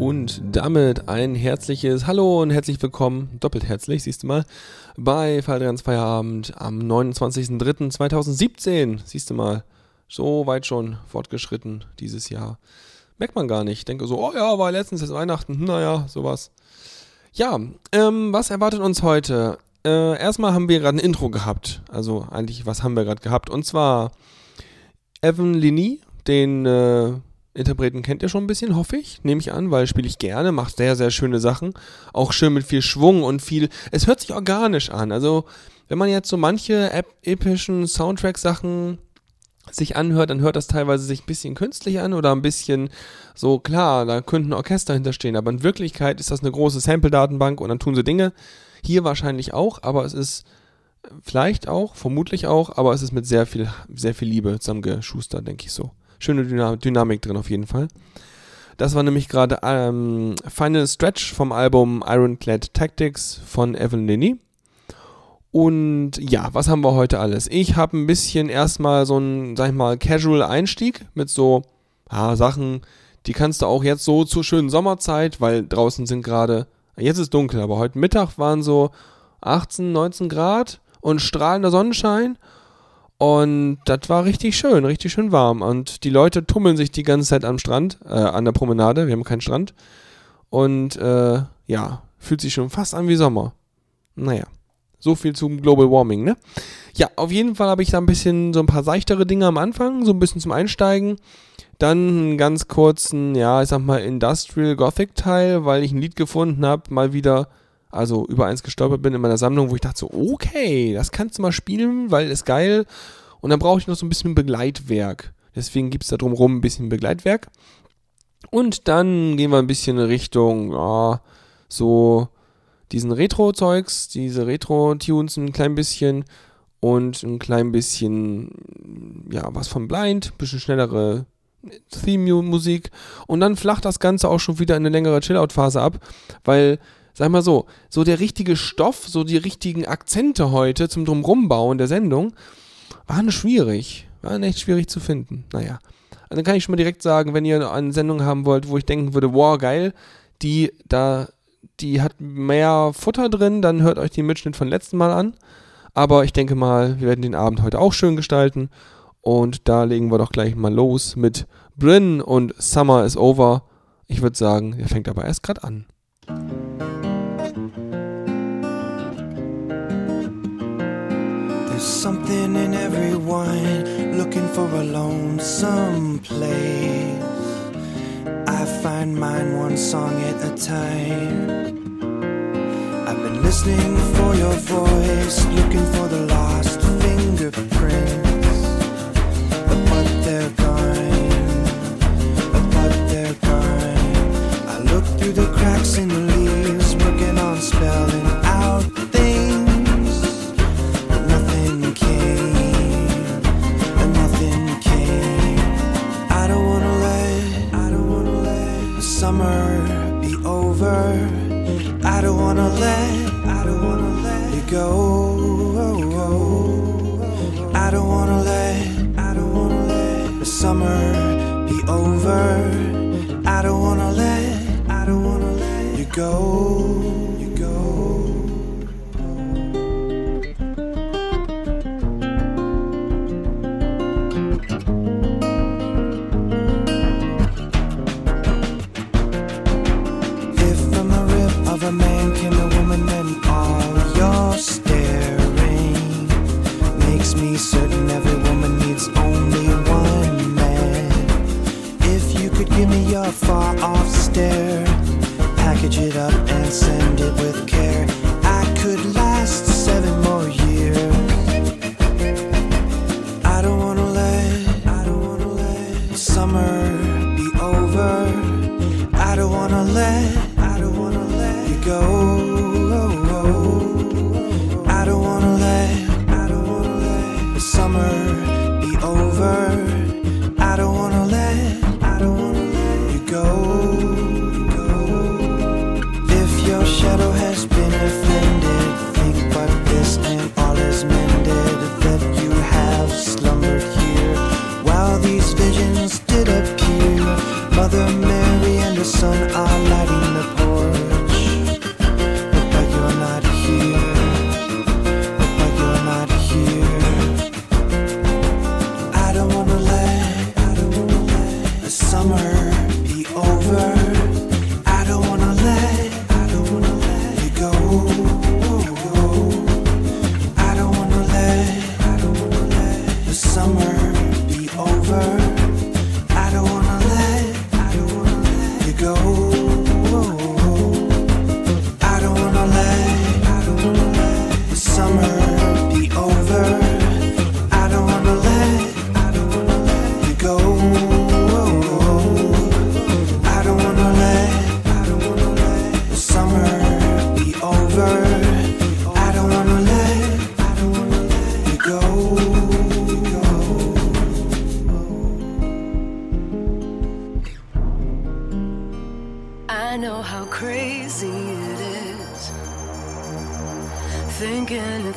Und damit ein herzliches Hallo und herzlich willkommen, doppelt herzlich, siehst du mal, bei Falltrans Feierabend am 29.03.2017. Siehst du mal, so weit schon fortgeschritten dieses Jahr. Merkt man gar nicht. Ich denke so, oh ja, war letztens jetzt Weihnachten, naja, sowas. Ja, was erwartet uns heute? Erstmal haben wir gerade ein Intro gehabt. Also eigentlich, was haben wir gerade gehabt? Und zwar Evan Leni, den Interpreten kennt ihr schon ein bisschen, hoffe ich, nehme ich an, weil spiele ich gerne, macht sehr, sehr schöne Sachen, auch schön mit viel Schwung und viel, es hört sich organisch an, also wenn man jetzt so manche epischen Soundtrack-Sachen sich anhört, dann hört das teilweise sich ein bisschen künstlich an oder ein bisschen so, klar, da könnte ein Orchester hinterstehen, aber in Wirklichkeit ist das eine große Sample-Datenbank und dann tun sie Dinge, hier wahrscheinlich auch, aber es ist vielleicht auch, vermutlich auch, aber es ist mit sehr viel Liebe zusammengeschustert, denke ich so. Schöne Dynamik drin auf jeden Fall. Das war nämlich gerade Final Stretch vom Album Ironclad Tactics von Evan Leni. Und ja, was haben wir heute alles? Ich habe ein bisschen erstmal so einen, sag ich mal, Casual Einstieg mit so Sachen, die kannst du auch jetzt so zur schönen Sommerzeit, weil draußen sind gerade, jetzt ist dunkel, aber heute Mittag waren so 18, 19 Grad und strahlender Sonnenschein. Und das war richtig schön warm. Und die Leute tummeln sich die ganze Zeit am Strand, an der Promenade. Wir haben keinen Strand. Und fühlt sich schon fast an wie Sommer. Naja, so viel zum Global Warming, ne? Ja, auf jeden Fall habe ich da ein paar seichtere Dinge am Anfang, so ein bisschen zum Einsteigen. Dann einen ganz kurzen, Industrial Gothic Teil, weil ich ein Lied gefunden habe, mal wieder, also über eins gestolpert bin in meiner Sammlung, wo ich dachte so, okay, das kannst du mal spielen, weil ist geil. Und dann brauche ich noch so ein bisschen Begleitwerk. Deswegen gibt es da drumherum ein bisschen Begleitwerk. Und dann gehen wir ein bisschen in Richtung, so diesen Retro-Zeugs, diese Retro-Tunes ein klein bisschen und ein klein bisschen, was von Blind, ein bisschen schnellere Theme-Musik. Und dann flacht das Ganze auch schon wieder in eine längere Chill-Out-Phase ab, weil sag mal so der richtige Stoff, so die richtigen Akzente heute zum Drumrumbauen der Sendung waren echt schwierig zu finden. Naja, also dann kann ich schon mal direkt sagen, wenn ihr eine Sendung haben wollt, wo ich denken würde, wow, geil, die hat mehr Futter drin, dann hört euch den Mitschnitt von letzten Mal an. Aber ich denke mal, wir werden den Abend heute auch schön gestalten und da legen wir doch gleich mal los mit Bryn und Summer is Over. Ich würde sagen, der fängt aber erst gerade an. There's something in everyone looking for a lonesome place. I find mine one song at a time. I've been listening for your voice, looking for the lost fingerprints. But they're gone, I look through the cracks in the leaves, working on spelling out things. But nothing came. I don't wanna let the summer be over. I don't wanna let you go. I don't wanna let the summer be over. I don't wanna let you go. If from the rib of a man came a woman, then all your staring makes me certain every woman needs only one man. If you could give me your far off stare, package it up and send it with care, I could last 7 more years. I don't wanna let the summer be over. I don't wanna let you go. I don't wanna let the summer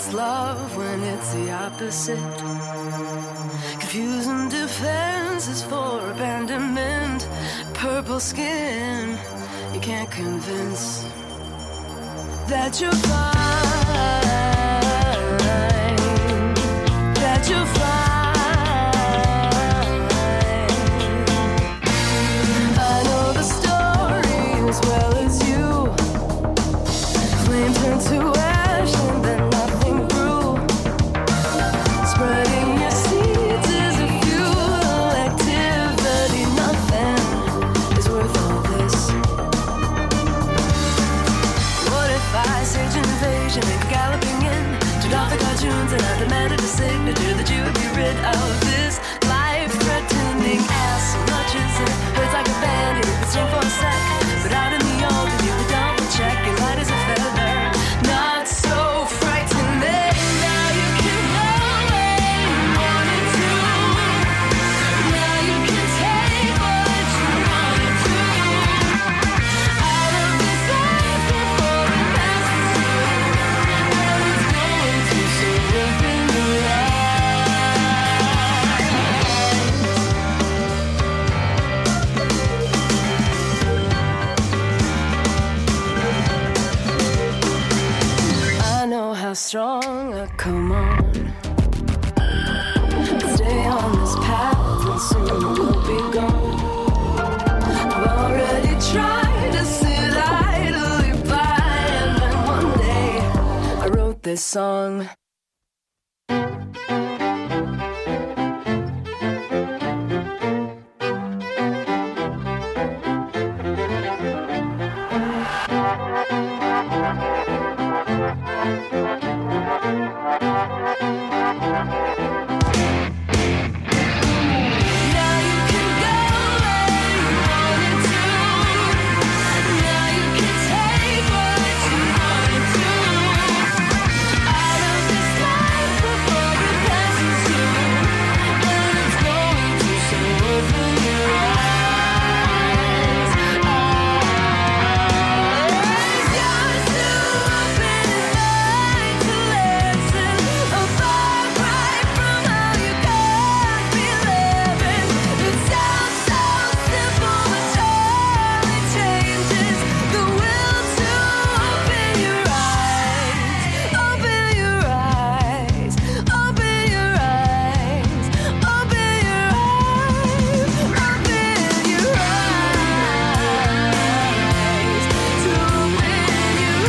What's love when it's the opposite? Confusing defenses for abandonment. Purple skin, you can't convince that you're fine, that you're fine. I know the story as well as you. Flame turned to ash and then nothing grew. Spreading your seeds is a futile activity. Nothing is worth all this. What if I sage an invasion and galloping in? Turned off the cartoons and I demanded a signature that you would be rid of this life-threatening ass. Much as it hurts like a bandit, it would sting for a sec. But out in the open, you would double check. You're light as a feather, not so frightening. Now you can go where you wanted to. Now you can take what you wanted to. Out of this life before it passes you. And it's going to, so open your eyes. I know how strong I come on. Stay on this path and soon we'll be gone. I've already tried to sit idly by, and then one day I wrote this song. Now you can go where you wanted to. Now you can take what you wanted to. Out of this life before it passes you. And it's going to, so open your eyes. Yours to open and mine to listen. A far cry from how you got me living. It sounds so simple, but totally changes the will to open your eyes. Open your eyes. Open your eyes. Open your eyes. Open your eyes. To open your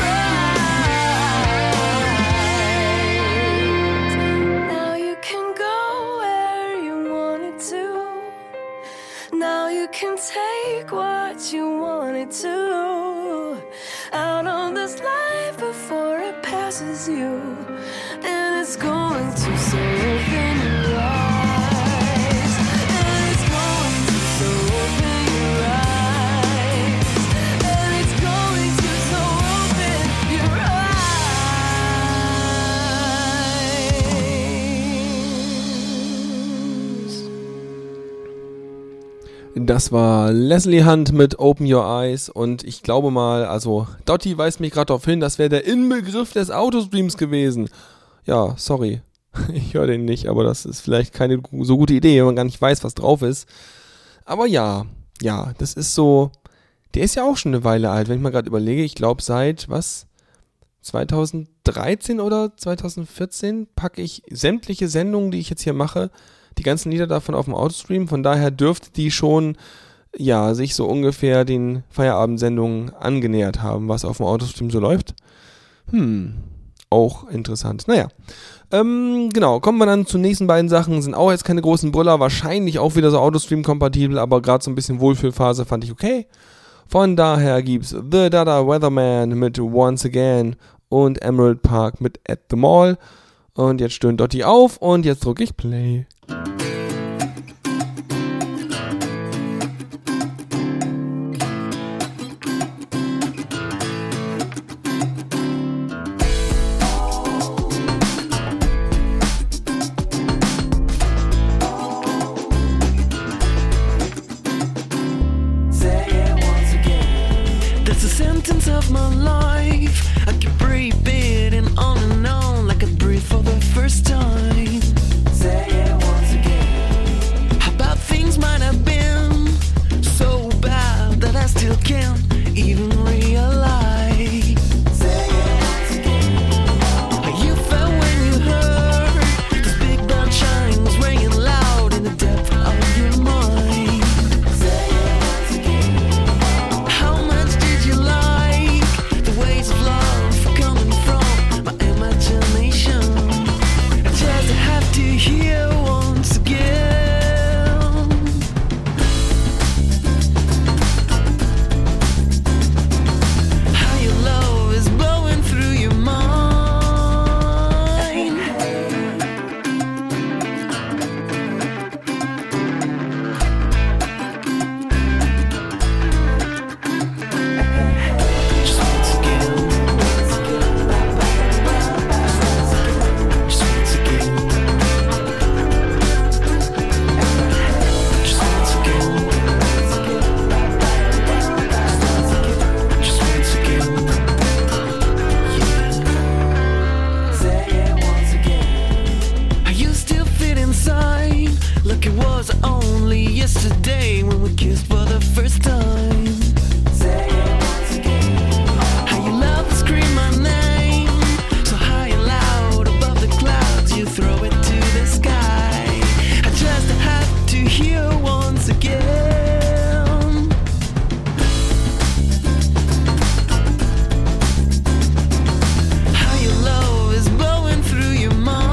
eyes. Now you can go where you wanted to. Now you can take what you wanted to. Out on this life before it passes you. And it's going to, so open your eyes. And it's going to, so open your eyes. And it's going to, so open your eyes. Das war Leslie Hunt mit Open Your Eyes und ich glaube mal, also Dotti weist mich gerade darauf hin, das wäre der Inbegriff des Autostreams gewesen. Ja, sorry, ich höre den nicht, aber das ist vielleicht keine so gute Idee, wenn man gar nicht weiß, was drauf ist. Aber ja, das ist so, der ist ja auch schon eine Weile alt, wenn ich mal gerade überlege, ich glaube seit, 2013 oder 2014 packe ich sämtliche Sendungen, die ich jetzt hier mache, die ganzen Lieder davon auf dem Autostream, von daher dürfte die schon, ja, sich so ungefähr den Feierabendsendungen angenähert haben, was auf dem Autostream so läuft. Auch interessant. Naja, genau, kommen wir dann zu nächsten beiden Sachen, sind auch jetzt keine großen Brüller, wahrscheinlich auch wieder so Autostream-kompatibel, aber gerade so ein bisschen Wohlfühlphase fand ich okay. Von daher gibt's The Dada Weatherman mit Once Again und Emerald Park mit At the Mall. Und jetzt stöhnt Dotti auf und jetzt drücke ich Play. Of my life, I keep repeating on and on like a dream. Look, it was only yesterday when we kissed for the first time. Say it once again. How you love to scream my name, so high and loud above the clouds, you throw it to the sky. I just had to hear once again. How your love is blowing through your mind.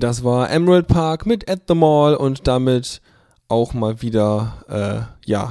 Das war Emerald Park mit At the Mall und damit auch mal wieder,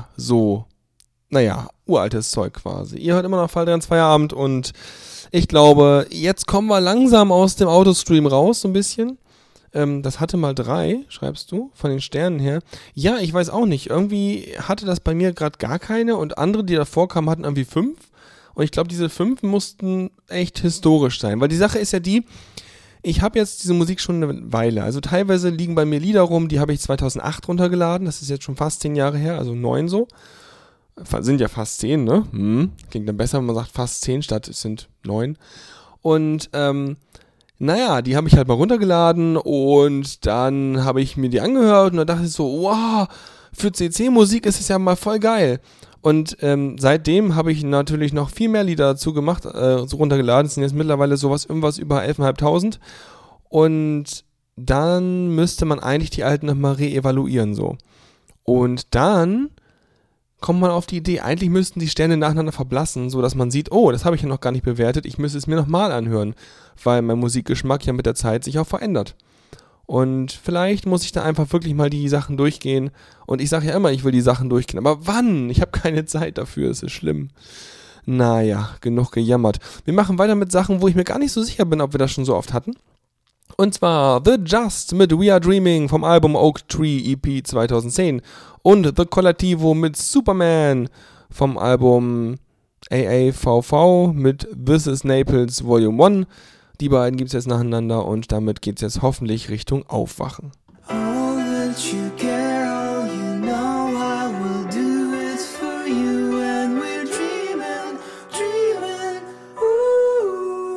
uraltes Zeug quasi. Ihr hört immer noch Falltrans Feierabend und ich glaube, jetzt kommen wir langsam aus dem Autostream raus, so ein bisschen. Das hatte mal 3, schreibst du, von den Sternen her. Ja, ich weiß auch nicht. Irgendwie hatte das bei mir gerade gar keine und andere, die davor kamen, hatten irgendwie 5. Und ich glaube, diese 5 mussten echt historisch sein. Weil die Sache ist ja die, ich habe jetzt diese Musik schon eine Weile. Also teilweise liegen bei mir Lieder rum, die habe ich 2008 runtergeladen. Das ist jetzt schon fast 10 Jahre her, also 9 so. Sind ja fast 10, ne? Klingt dann besser, wenn man sagt fast 10 statt es sind 9. Und, die habe ich halt mal runtergeladen und dann habe ich mir die angehört und dann dachte ich so, wow, für CC-Musik ist es ja mal voll geil. Und seitdem habe ich natürlich noch viel mehr Lieder dazu gemacht, so runtergeladen. Es sind jetzt mittlerweile irgendwas über 11.500. Und dann müsste man eigentlich die alten nochmal reevaluieren so. Und dann kommt man auf die Idee, eigentlich müssten die Sterne nacheinander verblassen, sodass man sieht, oh, das habe ich ja noch gar nicht bewertet, ich müsste es mir nochmal anhören, weil mein Musikgeschmack ja mit der Zeit sich auch verändert. Und vielleicht muss ich da einfach wirklich mal die Sachen durchgehen. Und ich sage ja immer, ich will die Sachen durchgehen. Aber wann? Ich habe keine Zeit dafür, es ist schlimm. Naja, genug gejammert. Wir machen weiter mit Sachen, wo ich mir gar nicht so sicher bin, ob wir das schon so oft hatten. Und zwar The Just mit We Are Dreaming vom Album Oak Tree EP 2010 und The Collativo mit Superman vom Album AAVV mit This Is Naples Volume 1. Die beiden gibt es jetzt nacheinander und damit geht es jetzt hoffentlich Richtung Aufwachen. All that you care, all you know I will do is for you and we're dreaming, dreaming, ooh.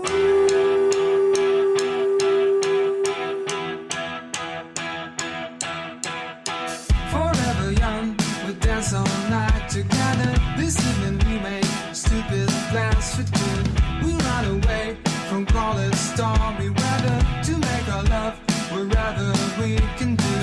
Forever young, we dance all night together. This evening we make stupid plans for two. We run away from crawling stormy weather to make our love wherever we can do.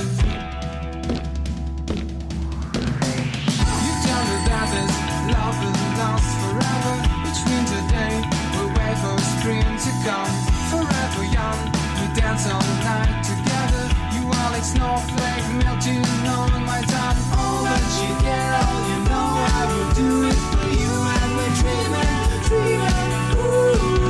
You tell me that this love will last forever, which means today we'll wait for spring to come. Forever young, we dance all night together. You are like snowflake melting on my tongue. All that you care, all you know, I will do it for you and we're dreaming, dreaming, ooh.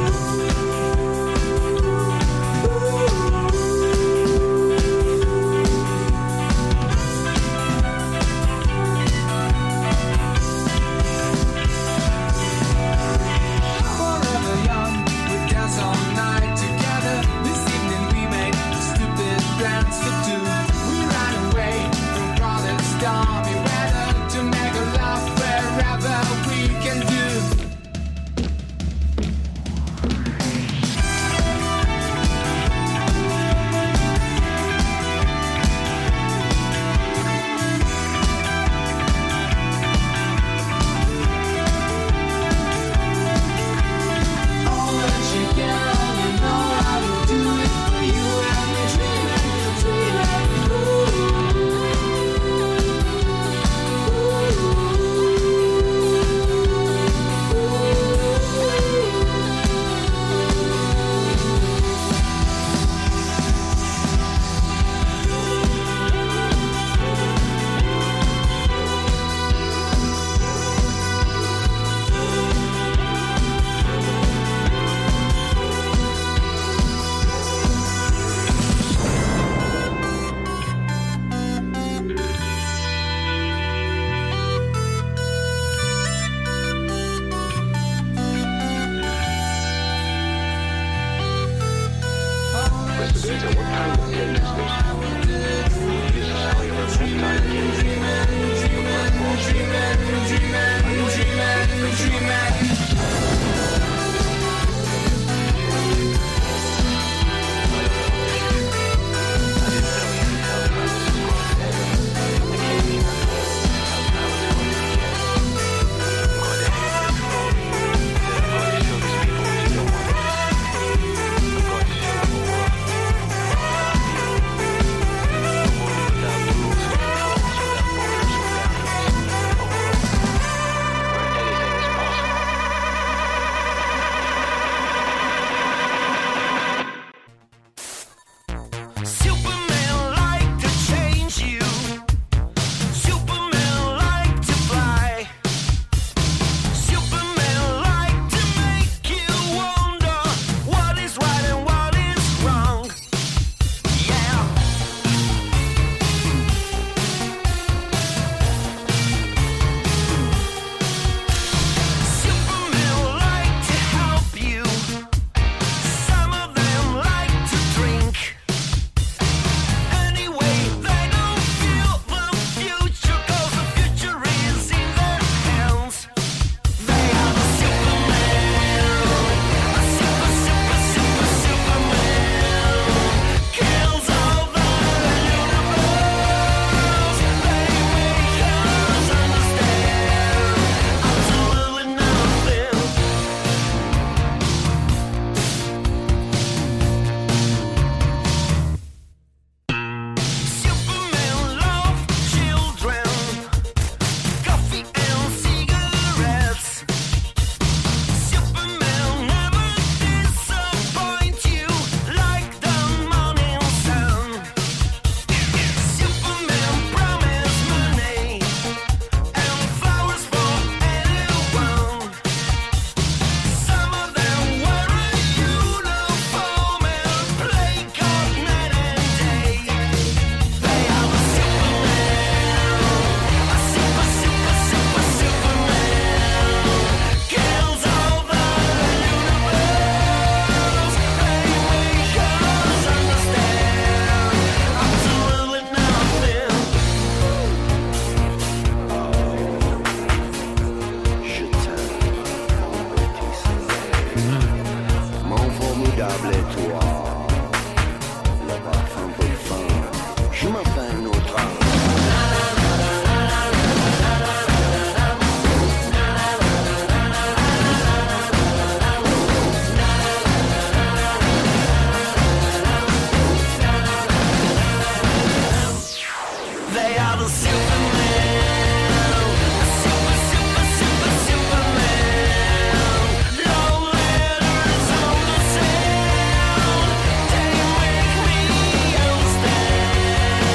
formidable étoile, le parfum bouffant, je m'appelle notre âme. They are the Superman, super, super, super, Superman. Love letters on the sound, they make me understand.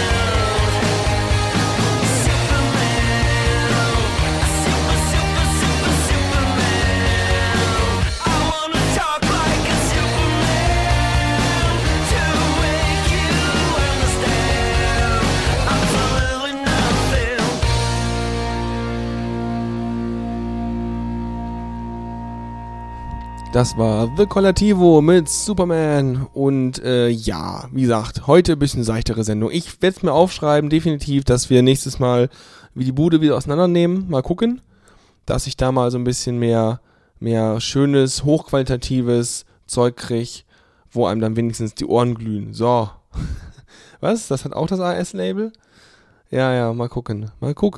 Superman, super, super, super, Superman. I wanna talk like a Superman to make you understand. Absolutely nothing. Das war The Collativo mit Superman und ja, wie gesagt, heute ein bisschen seichtere Sendung. Ich werde es mir aufschreiben, definitiv, dass wir nächstes Mal wie die Bude wieder auseinandernehmen, mal gucken, dass ich da mal so ein bisschen mehr schönes, hochqualitatives Zeug kriege, wo einem dann wenigstens die Ohren glühen. So, was? Das hat auch das AS-Label? Ja, mal gucken.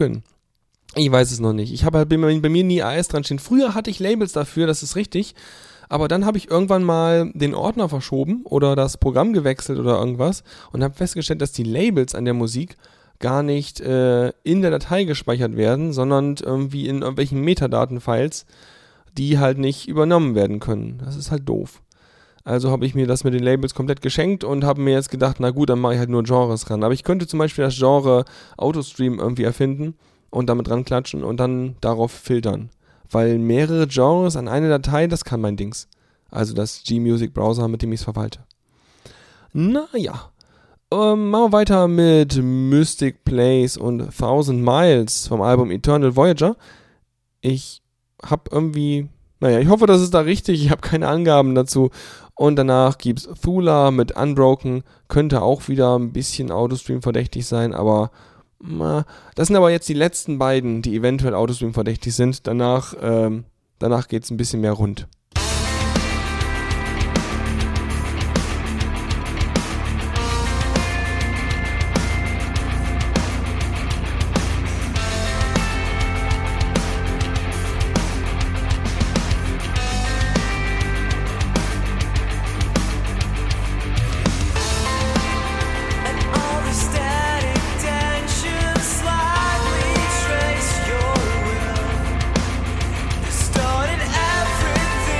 Ich weiß es noch nicht. Ich habe halt bei mir nie AS dran stehen. Früher hatte ich Labels dafür, das ist richtig. Aber dann habe ich irgendwann mal den Ordner verschoben oder das Programm gewechselt oder irgendwas und habe festgestellt, dass die Labels an der Musik gar nicht in der Datei gespeichert werden, sondern irgendwie in irgendwelchen Metadatenfiles, die halt nicht übernommen werden können. Das ist halt doof. Also habe ich mir das mit den Labels komplett geschenkt und habe mir jetzt gedacht, na gut, dann mache ich halt nur Genres ran. Aber ich könnte zum Beispiel das Genre Autostream irgendwie erfinden und damit dran klatschen und dann darauf filtern. Weil mehrere Genres an eine Datei, das kann mein Dings. Also das G-Music-Browser, mit dem ich es verwalte. Naja. Machen wir weiter mit Mystic Place und 1000 Miles vom Album Eternal Voyager. Ich habe irgendwie... Naja, ich hoffe, das ist da richtig. Ich habe keine Angaben dazu. Und danach gibt's Thula mit Unbroken. Könnte auch wieder ein bisschen Autostream verdächtig sein, aber das sind aber jetzt die letzten beiden, die eventuell Autostream verdächtig sind. Danach geht's ein bisschen mehr rund. Started everything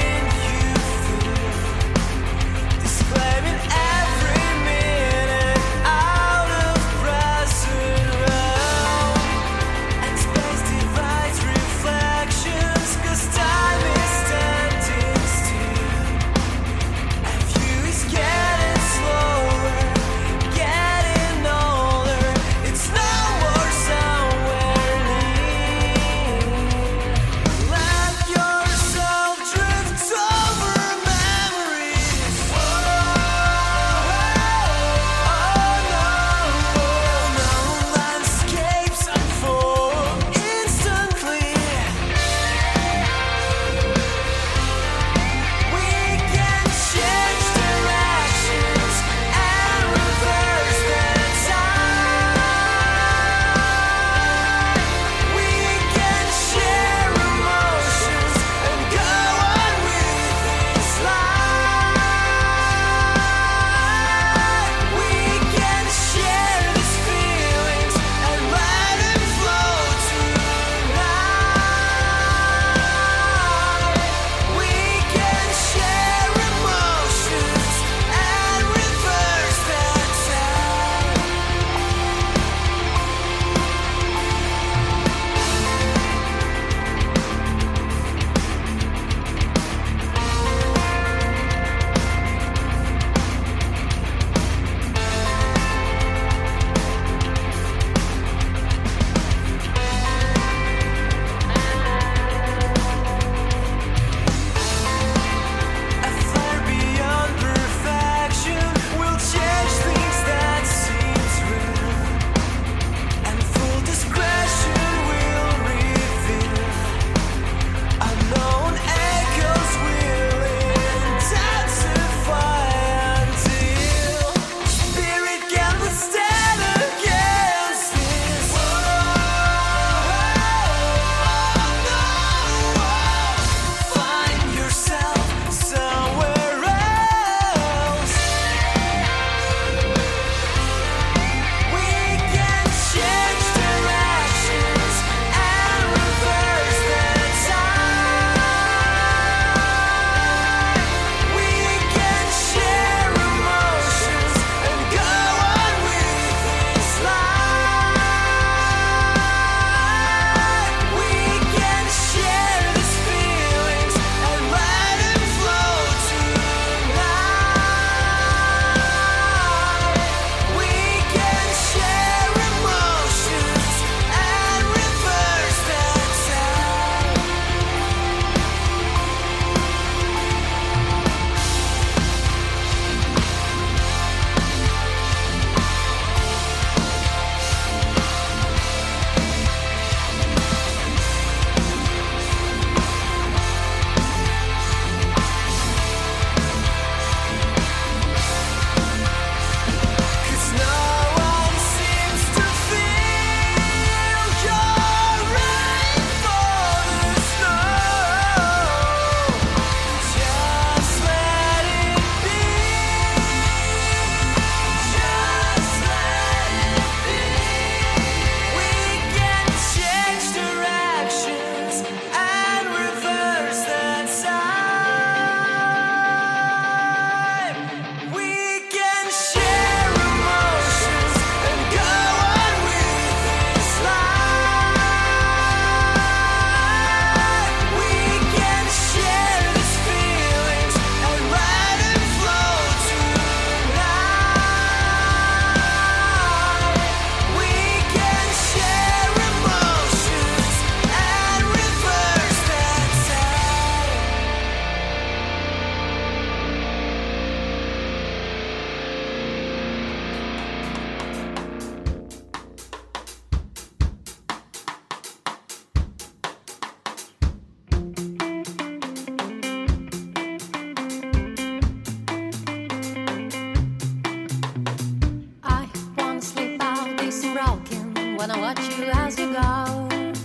when I watch you as you go.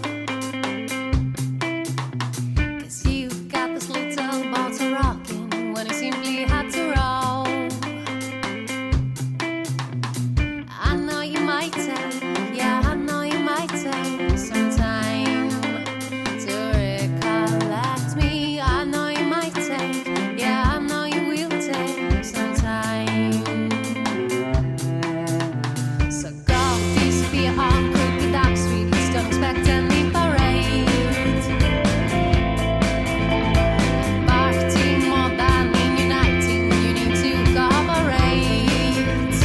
'Cause you've got this little ball to rockin' when you simply had to roll. I know you might take, yeah, I know you might take some time to recollect me. I know you might take, yeah, I know you will take some time. So go, disappear on crooked dark streets, don't expect any parade. Party more than in uniting, you need to cooperate.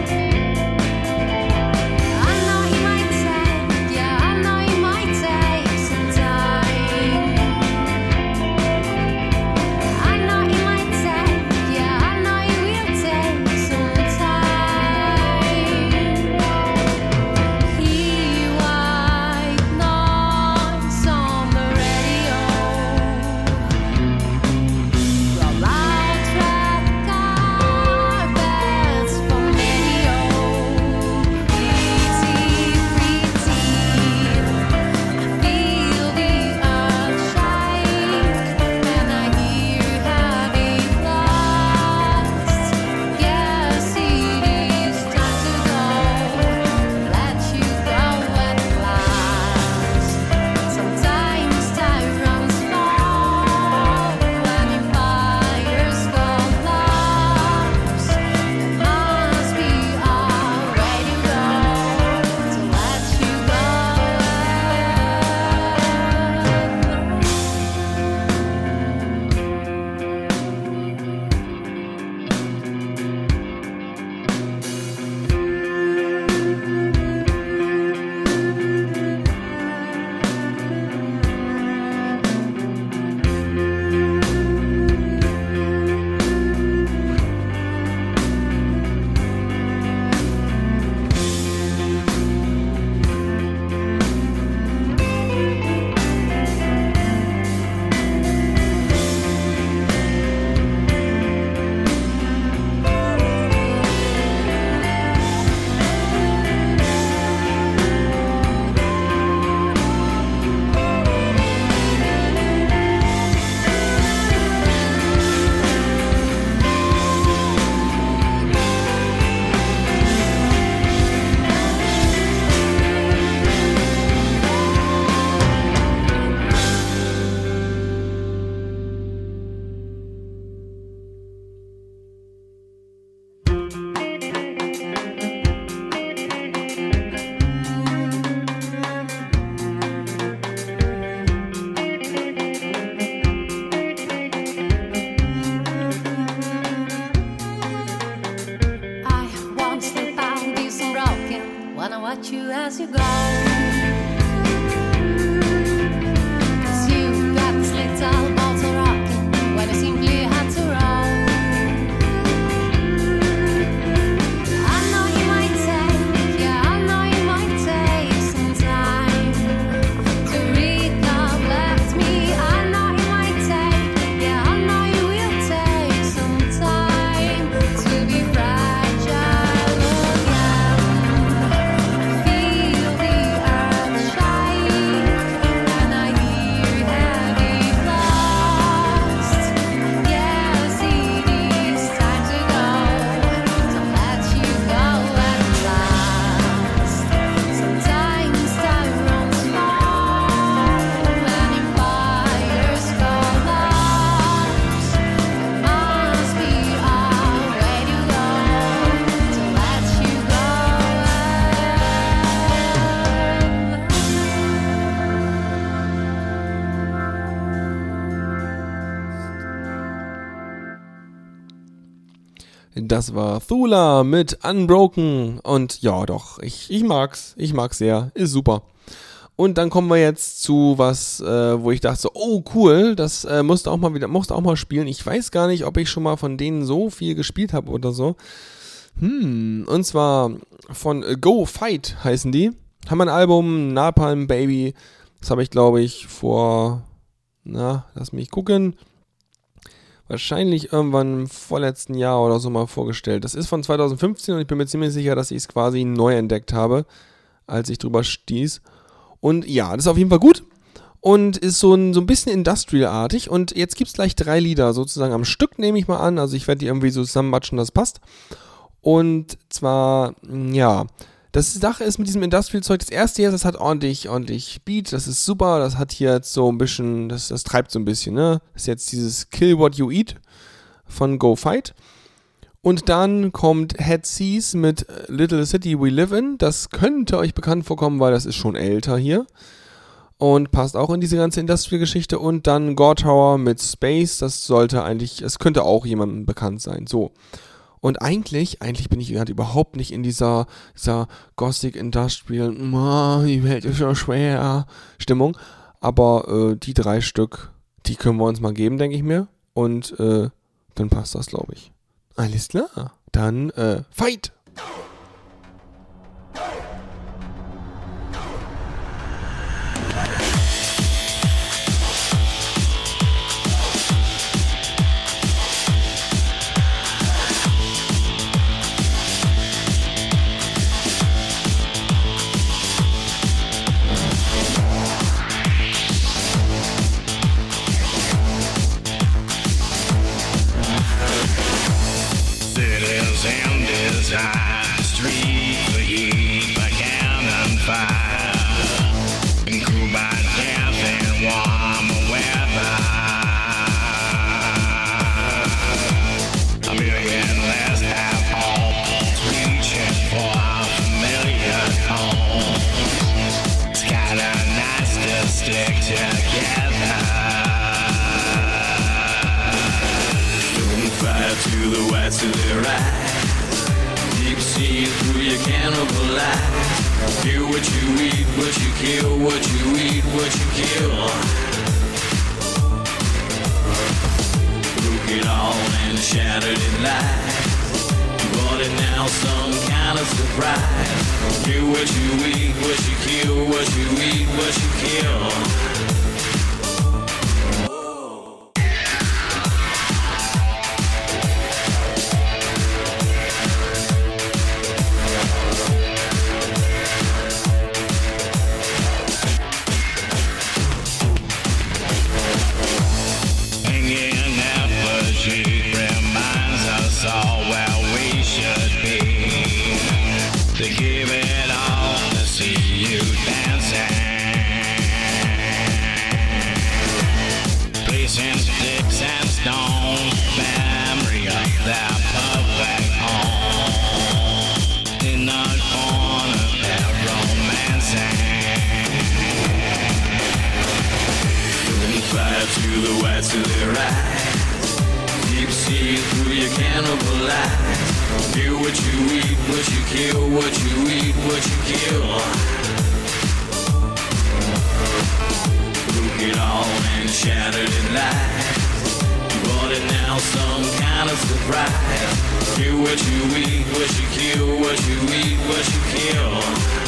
I know you might take, yeah, I know you might take some time. I know you might take, yeah, I know you will take some time. He white noise on the radio. Roll out red carpets for video. Pretty, pretty. I feel the earth shake when I hear heavy blast. Yes, it is time to go. Let you go at last. Sometimes time runs long when empires go lost. There must be a way to go to let you go. I won't slip out, do some rockin' when I watch you as you go. 'Cause you got this little ball to rockin' when you simply had to roll. I know you might take, yeah, I know you might take some time to recollect me. I know you might take, yeah, I know you will take some time to be fragile again. Feel the earth shake when I hear heavy blast. Yes, it is time to go to let you go at last. Sometimes time runs long when empires go lost. There must be a way to go to let you go. Das war Thula mit Unbroken. Und ja, doch, ich mag's. Ich mag's sehr. Ist super. Und dann kommen wir jetzt zu was, wo ich dachte, so, oh cool, das musst du auch mal spielen. Ich weiß gar nicht, ob ich schon mal von denen so viel gespielt habe oder so. Und zwar von Go Fight heißen die. Haben ein Album, Napalm Baby. Das habe ich, glaube ich, vor, lass mich gucken, wahrscheinlich irgendwann im vorletzten Jahr oder so mal vorgestellt. Das ist von 2015 und ich bin mir ziemlich sicher, dass ich es quasi neu entdeckt habe. als ich drüber stieß. Und ja, das ist auf jeden Fall gut und ist so ein bisschen Industrial-artig. Und jetzt gibt es gleich 3 Lieder sozusagen am Stück, nehme ich mal an. Also ich werde die irgendwie so zusammenmatschen, das passt. Und zwar, ja, das Sache ist mit diesem Industrial-Zeug, das erste hier, das hat ordentlich Beat, das ist super, das hat hier jetzt so ein bisschen, das treibt so ein bisschen, ne? Das ist jetzt dieses Kill What You Eat von Go Fight. Und dann kommt Head Seas mit Little City We Live In. Das könnte euch bekannt vorkommen, weil das ist schon älter hier. Und passt auch in diese ganze Industrial-Geschichte. Und dann God Tower mit Space, das könnte auch jemandem bekannt sein. So. Und eigentlich bin ich gerade überhaupt nicht in dieser Gothic Industrial, die Welt ist so schwer Stimmung. Aber die 3 Stück, die können wir uns mal geben, denke ich mir. Und dann passt das, glaube ich. Alles klar. Dann Fight! Cities and desire, street for heat by cannon fire, and cool by death and warm weather. A million less have homes, reaching for familiar homes. It's kinda nice to stick together. Fire to the whites of their eyes. Keep seeing through your cannibal eyes. Do what you eat, what you kill, what you eat, what you kill. Broke it all and shattered in lies. You want it now, some kind of surprise. Do what you eat, what you kill, what you eat, what you kill. To the whites of their eyes. Keep seeing through your cannibal eyes. Do what you eat, what you kill, what you eat, what you kill. Broke it all and shattered in lies. You want it now, some kind of surprise. Do what you eat, what you kill, what you eat, what you kill.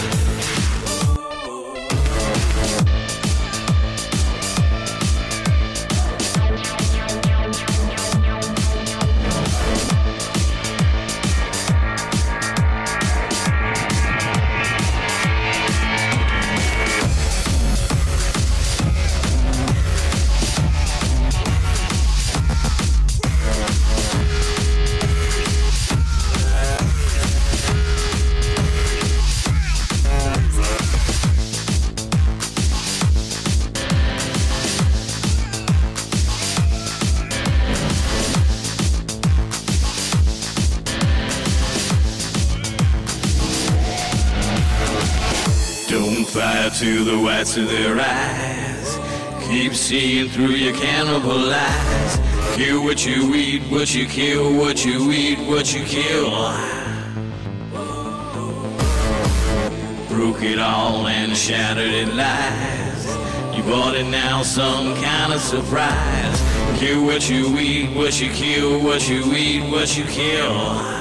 Fire to the whites of their eyes. Keep seeing through your cannibal eyes. Kill what you eat, what you kill, what you eat, what you kill. Broke it all and shattered in lies. You bought it now, some kind of surprise. Kill what you eat, what you kill, what you eat, what you kill.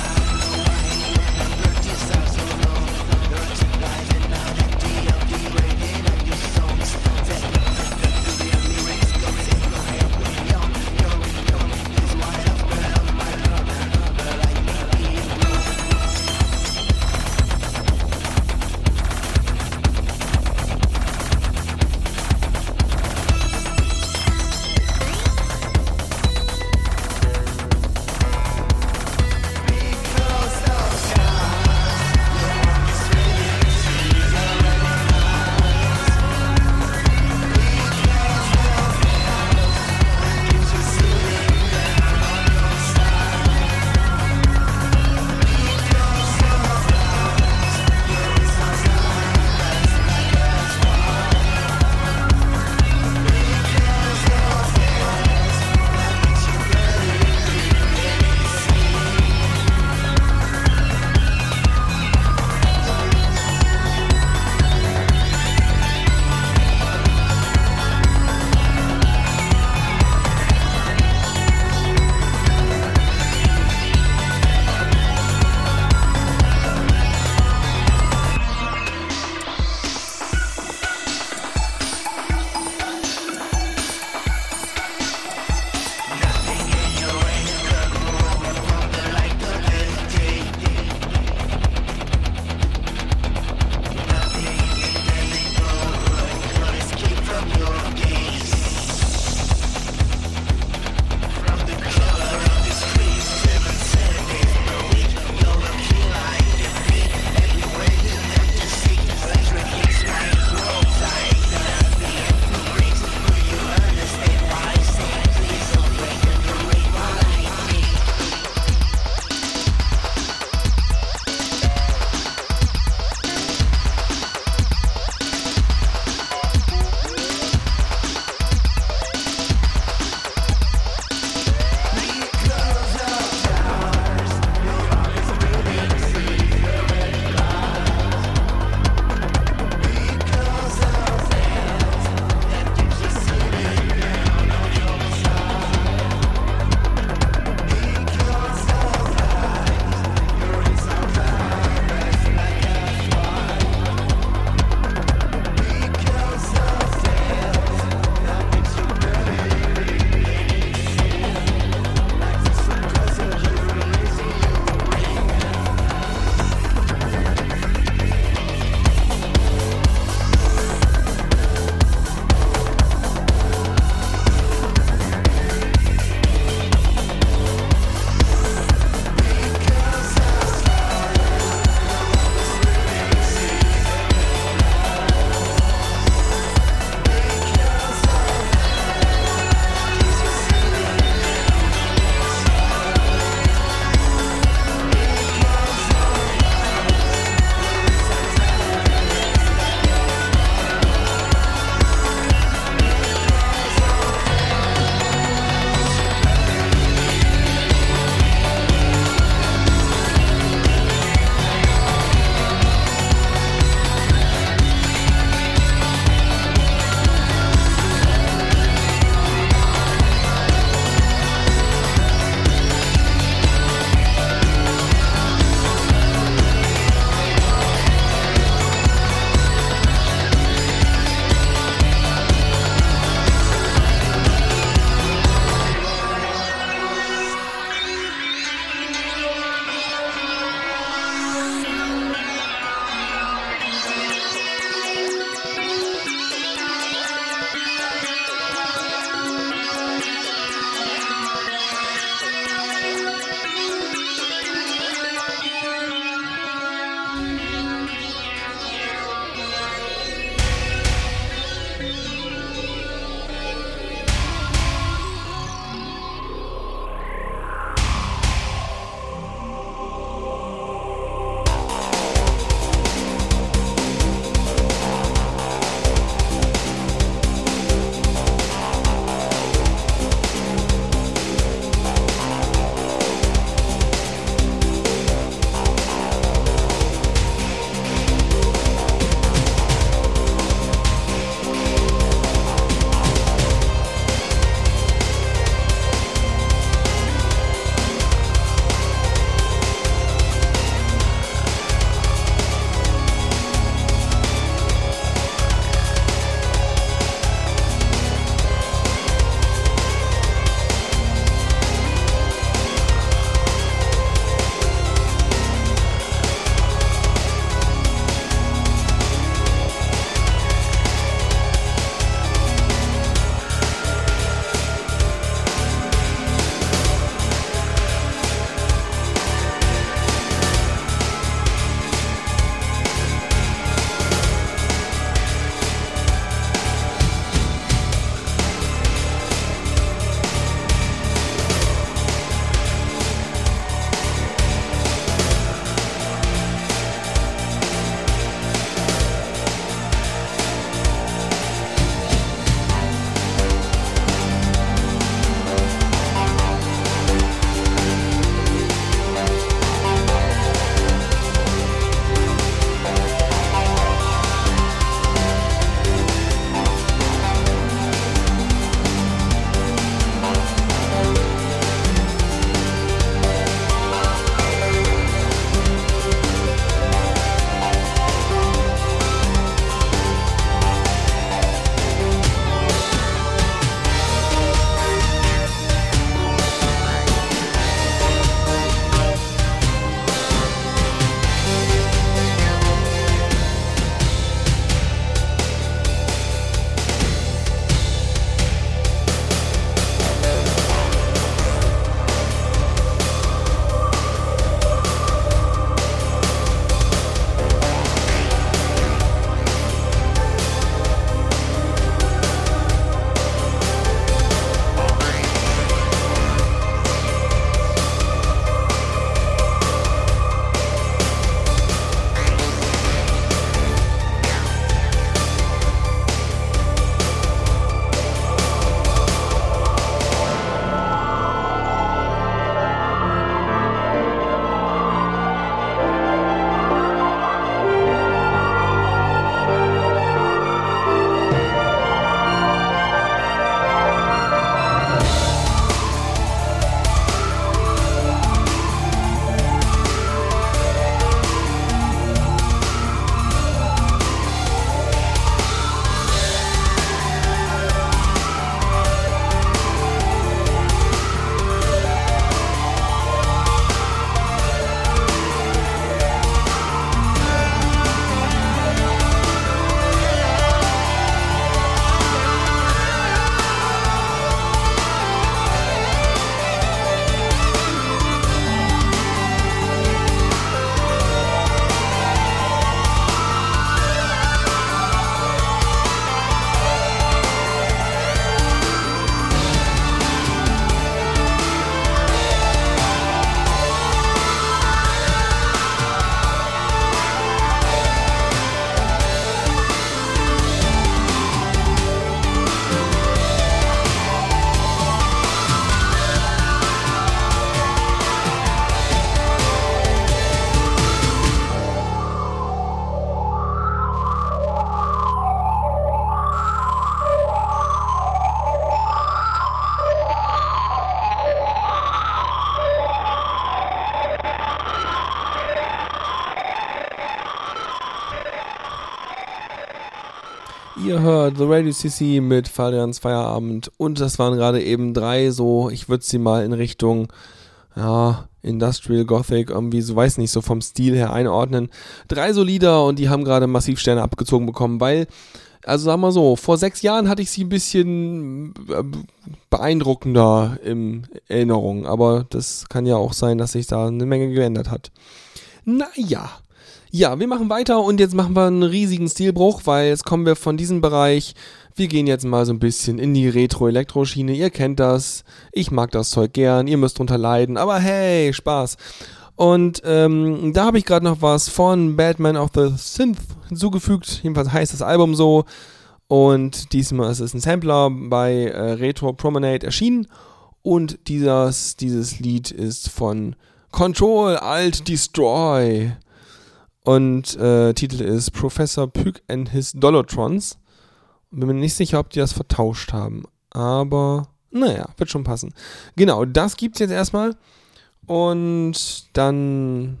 Ihr hört The Radio CC mit Fabians Feierabend und das waren gerade eben 3 so, ich würde sie mal in Richtung Industrial Gothic irgendwie, so weiß nicht, so vom Stil her einordnen. 3 so Lieder und die haben gerade massiv Sterne abgezogen bekommen, weil, also sagen wir so, vor 6 Jahren hatte ich sie ein bisschen beeindruckender in Erinnerung, aber das kann ja auch sein, dass sich da eine Menge geändert hat. Naja. Ja, wir machen weiter und jetzt machen wir einen riesigen Stilbruch, weil jetzt kommen wir von diesem Bereich, wir gehen jetzt mal so ein bisschen in die Retro-Elektro-Schiene, ihr kennt das, ich mag das Zeug gern, ihr müsst drunter leiden, aber hey, Spaß. Und da habe ich gerade noch was von Batman of the Synth hinzugefügt, jedenfalls heißt das Album so und diesmal ist es ein Sampler bei Retro Promenade erschienen und dieses Lied ist von Control Alt Destroy. Und Titel ist Professor Pyk and his Dolotrons. Bin mir nicht sicher, ob die das vertauscht haben. Aber, naja, wird schon passen. Genau, das gibt's jetzt erstmal. Und dann,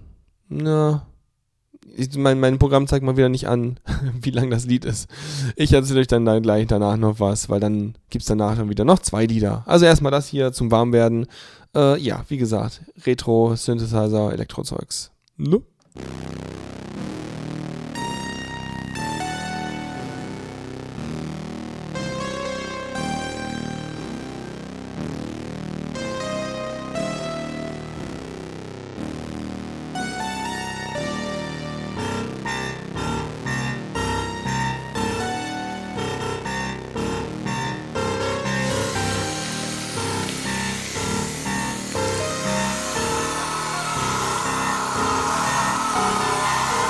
mein Programm zeigt mal wieder nicht an, wie lang das Lied ist. Ich erzähle euch dann gleich danach noch was, weil dann gibt's danach dann wieder noch 2 Lieder. Also erstmal das hier zum Warmwerden. Ja, wie gesagt, Retro, Synthesizer, Elektrozeugs. Ne? I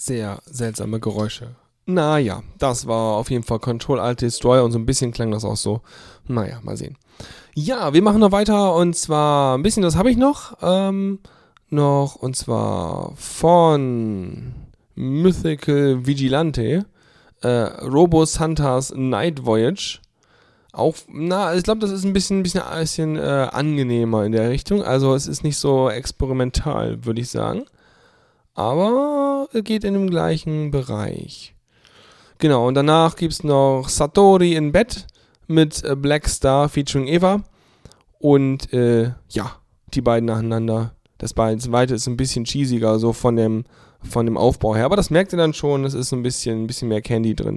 sehr seltsame Geräusche. Naja, das war auf jeden Fall Control-Alt-Destroy und so ein bisschen klang das auch so. Naja, mal sehen. Ja, wir machen noch weiter und zwar ein bisschen, das habe ich noch. Und zwar von Mythical Vigilante, Robo Santas Night Voyage. Auch, ich glaube, das ist ein bisschen angenehmer in der Richtung. Also es ist nicht so experimental, würde ich sagen. Aber geht in dem gleichen Bereich. Genau, und danach gibt es noch Satori in Bed mit Black Star featuring Eva. Und die beiden nacheinander. Das zweite ist ein bisschen cheesiger, so von dem Aufbau her. Aber das merkt ihr dann schon, es ist ein bisschen mehr Candy drin.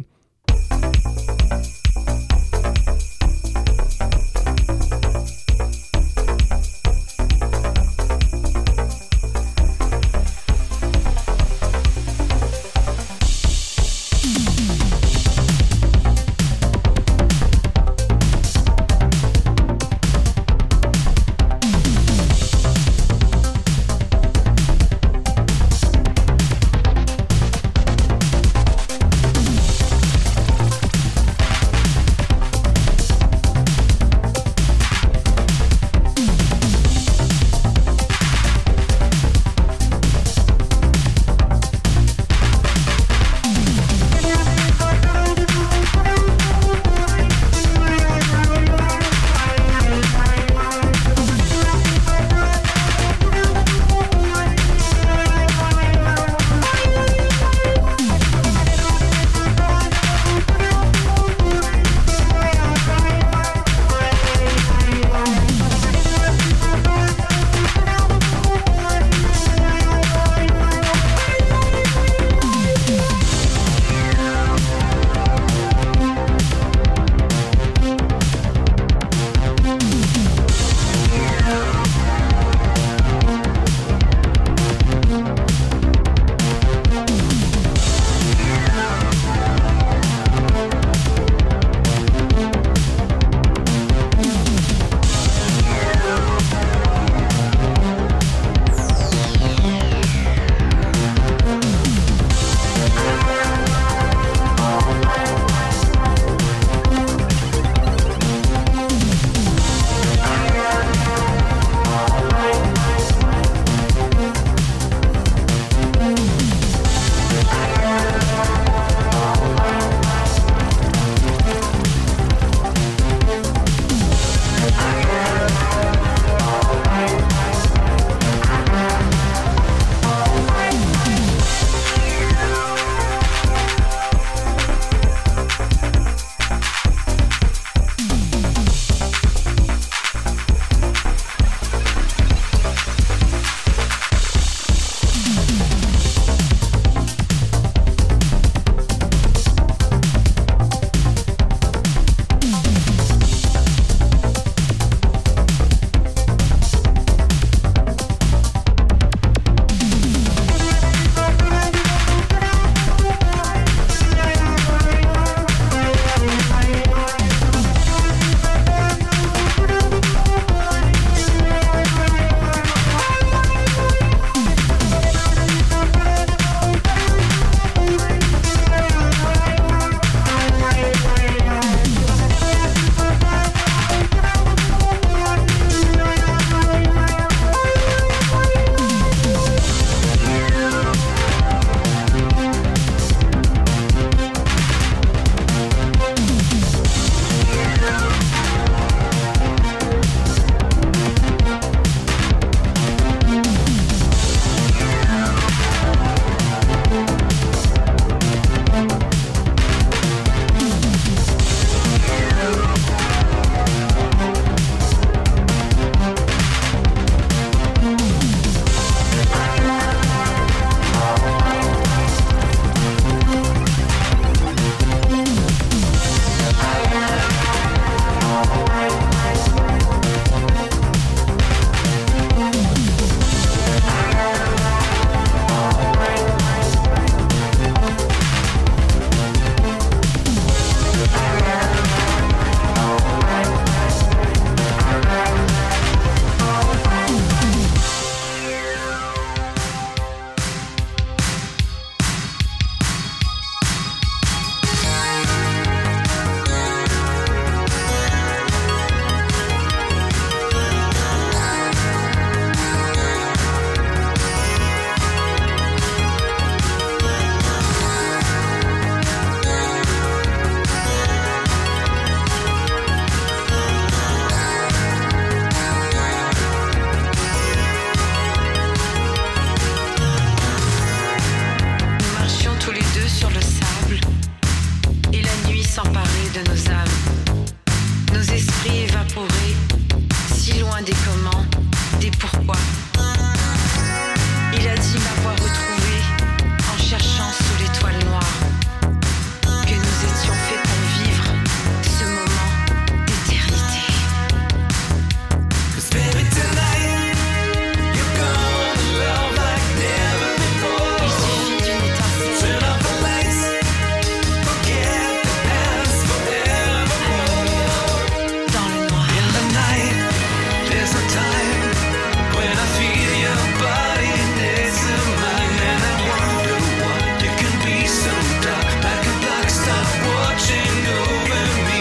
besoin des comment, des pourquoi. Il a dit m'avoir retrouvé en cherchant sous l'étoile noire que nous étions faits pour vivre ce moment d'éternité. Cause baby tonight you're gonna love like never before. Il suffit d'une étincelle. Turn off the lights, forget the past forevermore. Dans le noir. In the night, there's a time when I feel your body next to mine, and I wonder what you can be so dark, like a black star watching over me.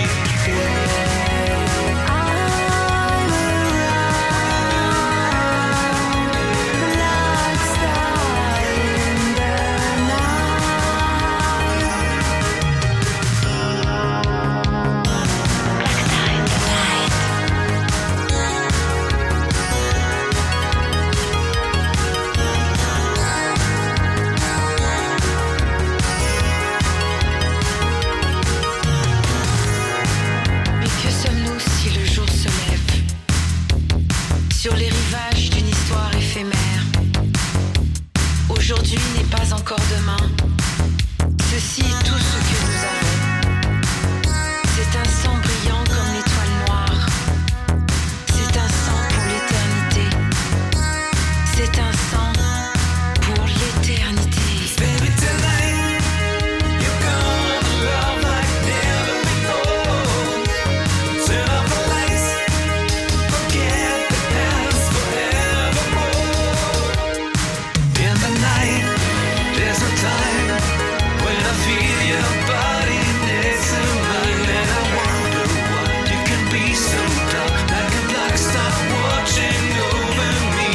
Mais que sommes-nous si le jour se lève sur les rivages d'une histoire éphémère? Aujourd'hui n'est pas encore demain. Ceci est tout ce que nous avons. C'est un sang brillant comme l'étoile noire. C'est un sang pour l'éternité. C'est un sang pour l'éternité. Baby tonight, you're gonna love like never before. Turn off the lights, forget the past forevermore. In the night, there's a time when I feel your body next to mine, and I wonder what you can be so dark, like a black star watching over me.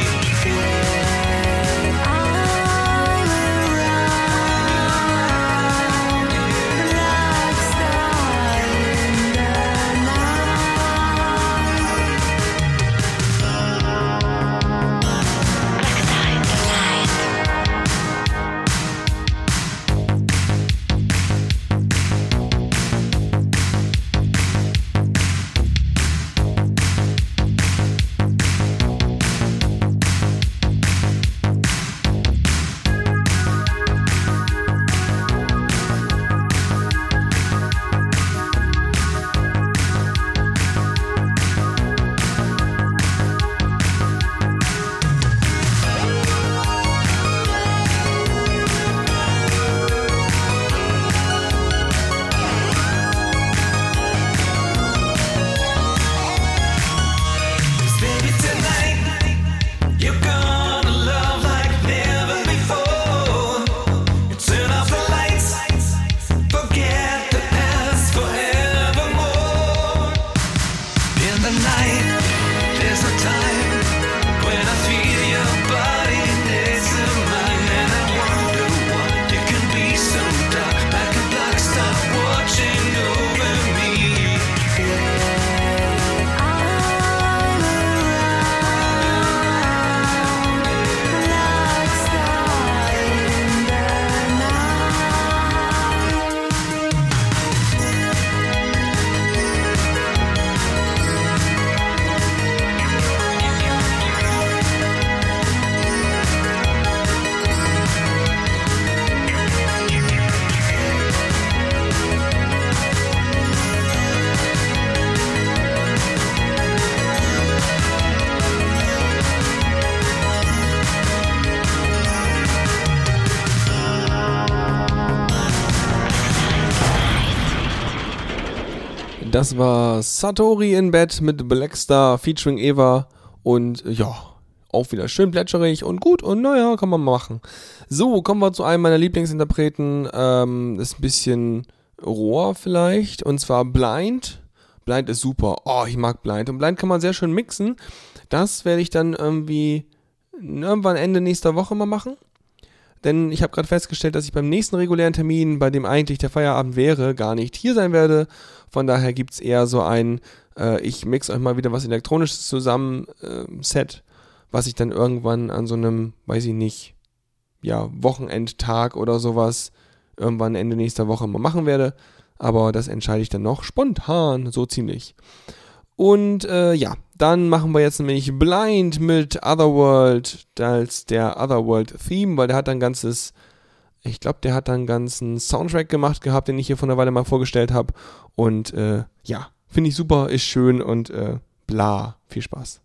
Baby tonight, you're gonna love like never before. Turn off the lights, forget the past forevermore. In the night, there's a time when I feel your body next to mine, and I wonder what you can be so dark, like a black star watching over me. Das war Satori in Bed mit Blackstar featuring Eva und ja, auch wieder schön plätscherig und gut und naja, kann man mal machen. So, kommen wir zu einem meiner Lieblingsinterpreten, ist ein bisschen roher vielleicht und zwar Blind. Blind ist super, oh, ich mag Blind und Blind kann man sehr schön mixen. Das werde ich dann irgendwann Ende nächster Woche mal machen. Denn ich habe gerade festgestellt, dass ich beim nächsten regulären Termin, bei dem eigentlich der Feierabend wäre, gar nicht hier sein werde. Von daher gibt es eher so ein, ich mix euch mal wieder was Elektronisches zusammen, Set, was ich dann irgendwann an so einem, weiß ich nicht, ja, Wochenendtag oder sowas irgendwann Ende nächster Woche mal machen werde. Aber das entscheide ich dann noch spontan, so ziemlich. Und ja, dann machen wir jetzt nämlich Blind mit Otherworld als der Otherworld-Theme, weil der hat dann ich glaube, der hat dann einen ganzen Soundtrack gemacht gehabt, den ich hier vor einer Weile mal vorgestellt habe. Und ja, finde ich super, ist schön und bla, viel Spaß.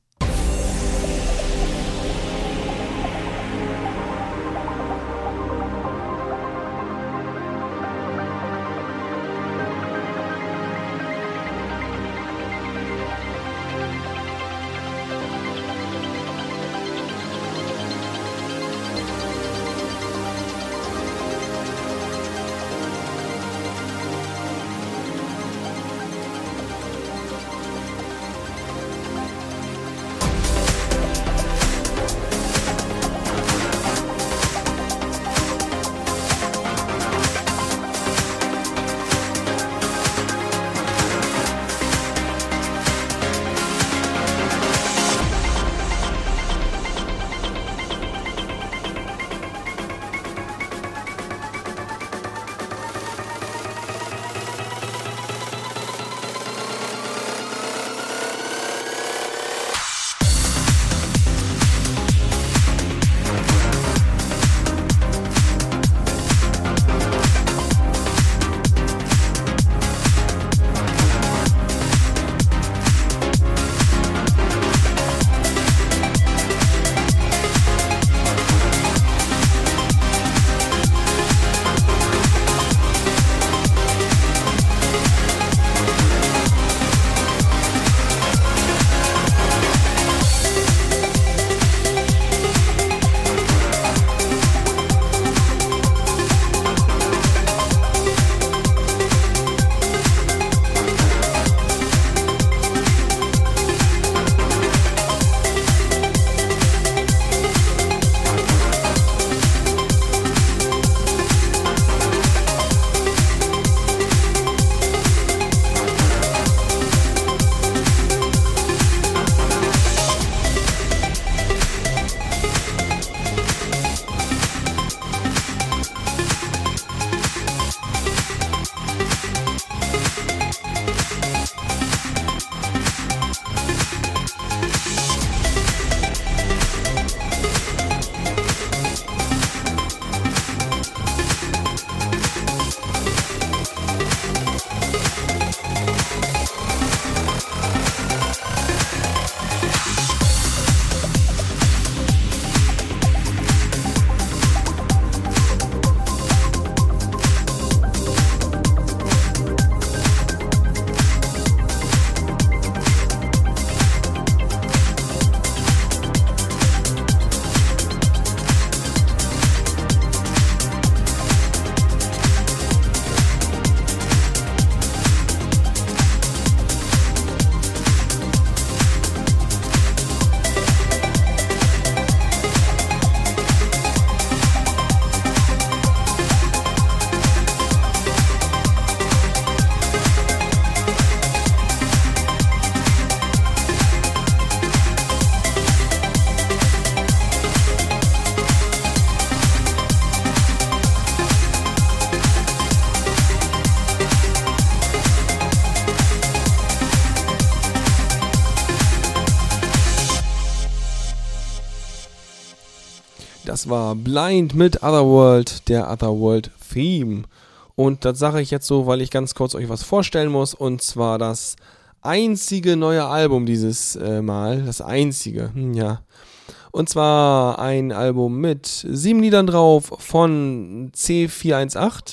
Das war Blind mit Otherworld, der Otherworld Theme. Und das sage ich jetzt so, weil ich ganz kurz euch was vorstellen muss. Und zwar das einzige neue Album dieses Mal. Das einzige, ja. Und zwar ein Album mit 7 Liedern drauf von C418.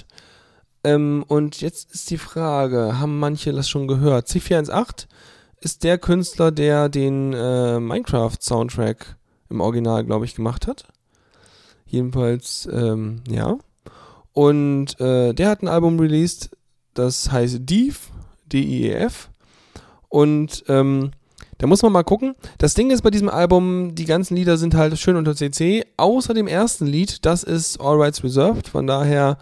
Und jetzt ist die Frage, haben manche das schon gehört? C418 ist der Künstler, der den Minecraft-Soundtrack im Original, glaube ich, gemacht hat. Jedenfalls, ja. Und der hat ein Album released, das heißt Deef, D-I-E-F. Und da muss man mal gucken. Das Ding ist bei diesem Album, die ganzen Lieder sind halt schön unter CC, außer dem ersten Lied, das ist All Rights Reserved. Von daher,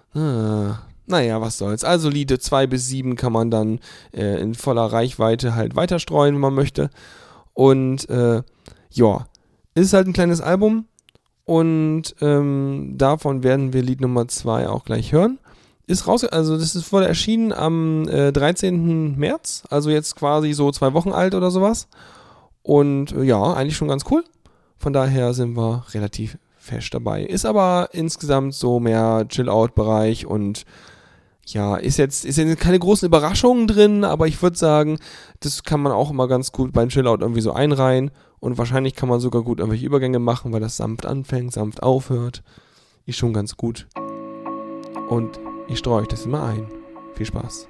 naja, was soll's. Also Lieder 2 bis 7 kann man dann in voller Reichweite halt weiterstreuen, wenn man möchte. Und ja, ist halt ein kleines Album. Und davon werden wir Lied Nummer 2 auch gleich hören. also das wurde erschienen am 13. März, also jetzt quasi so 2 Wochen alt oder sowas. Und ja, eigentlich schon ganz cool. Von daher sind wir relativ fest dabei. Ist aber insgesamt so mehr Chill-Out-Bereich und ja, ist jetzt keine großen Überraschungen drin, aber ich würde sagen, das kann man auch immer ganz gut beim Chill-Out irgendwie so einreihen und wahrscheinlich kann man sogar gut irgendwelche Übergänge machen, weil das sanft anfängt, sanft aufhört. Ist schon ganz gut. Und ich streue euch das immer ein. Viel Spaß.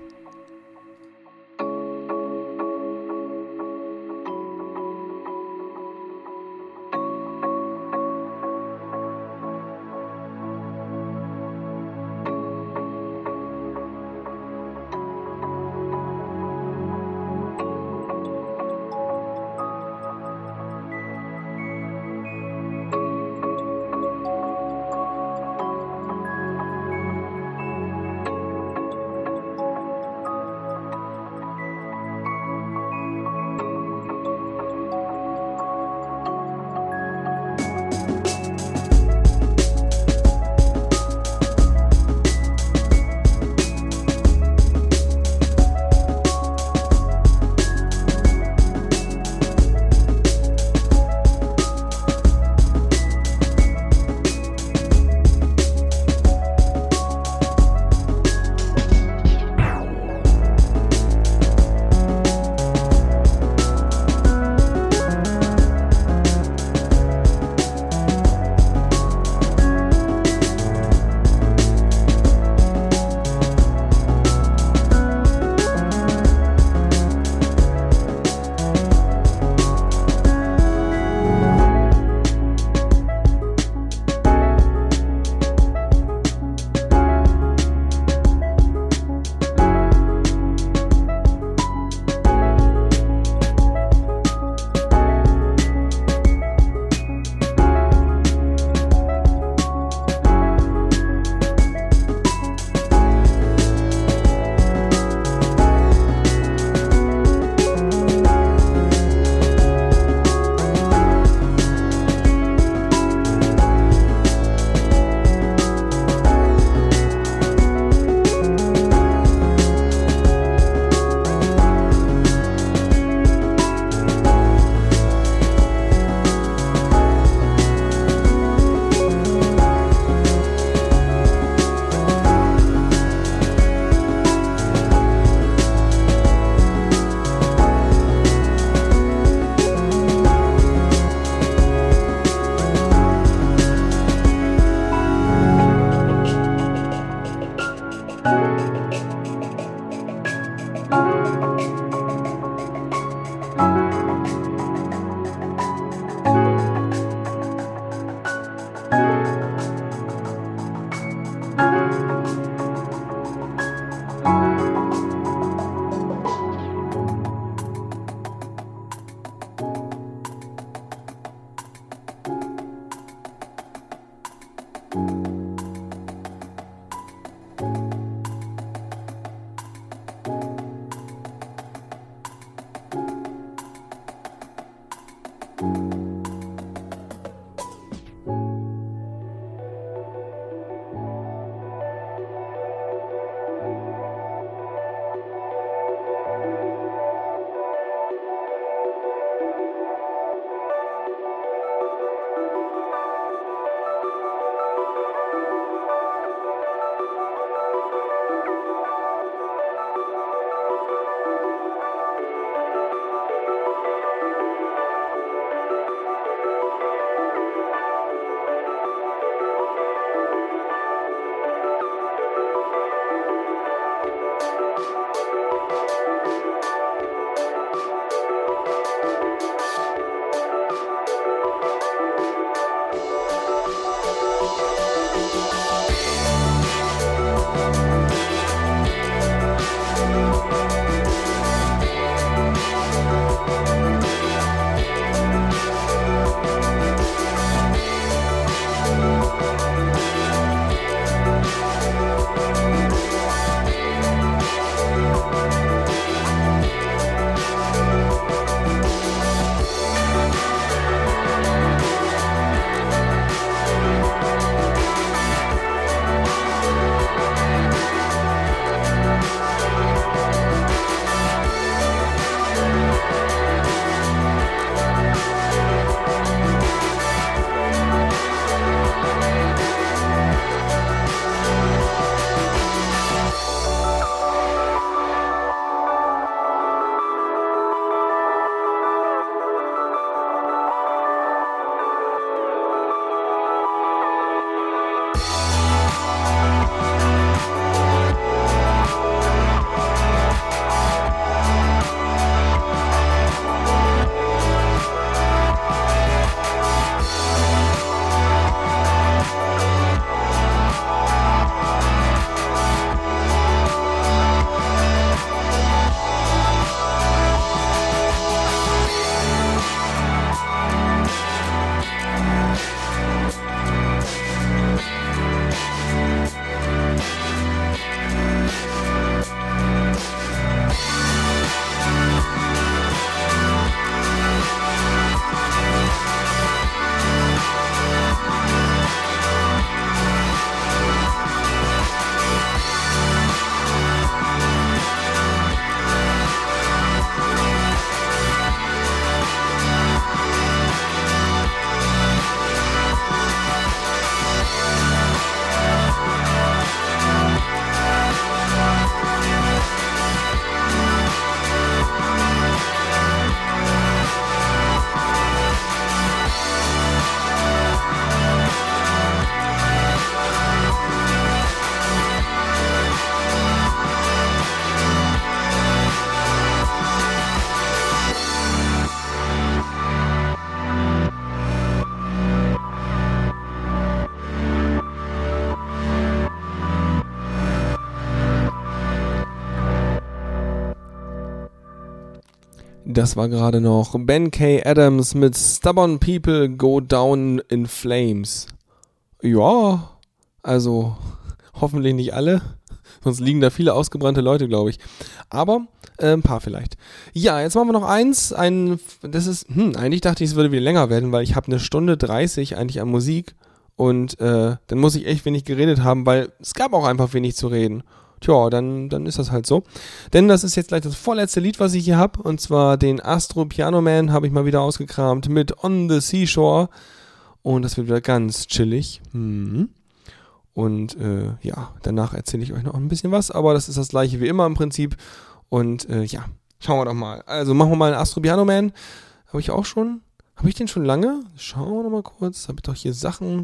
Das war gerade noch Ben K. Adams mit Stubborn People Go Down in Flames. Ja, also hoffentlich nicht alle, sonst liegen da viele ausgebrannte Leute, glaube ich. Aber ein paar vielleicht. Ja, jetzt machen wir noch eins. Das ist, eigentlich dachte ich, es würde wieder länger werden, weil ich habe 1:30 eigentlich an Musik und dann muss ich echt wenig geredet haben, weil es gab auch einfach wenig zu reden. Tja, dann ist das halt so. Denn das ist jetzt gleich das vorletzte Lied, was ich hier habe. Und zwar den Astro Piano Man habe ich mal wieder ausgekramt mit On the Seashore. Und das wird wieder ganz chillig. Und ja, danach erzähle ich euch noch ein bisschen was. Aber das ist das gleiche wie immer im Prinzip. Und ja, schauen wir doch mal. Also machen wir mal einen Astro Piano Man. Habe ich auch schon? Habe ich den schon lange? Schauen wir noch mal kurz. Habe ich doch hier Sachen.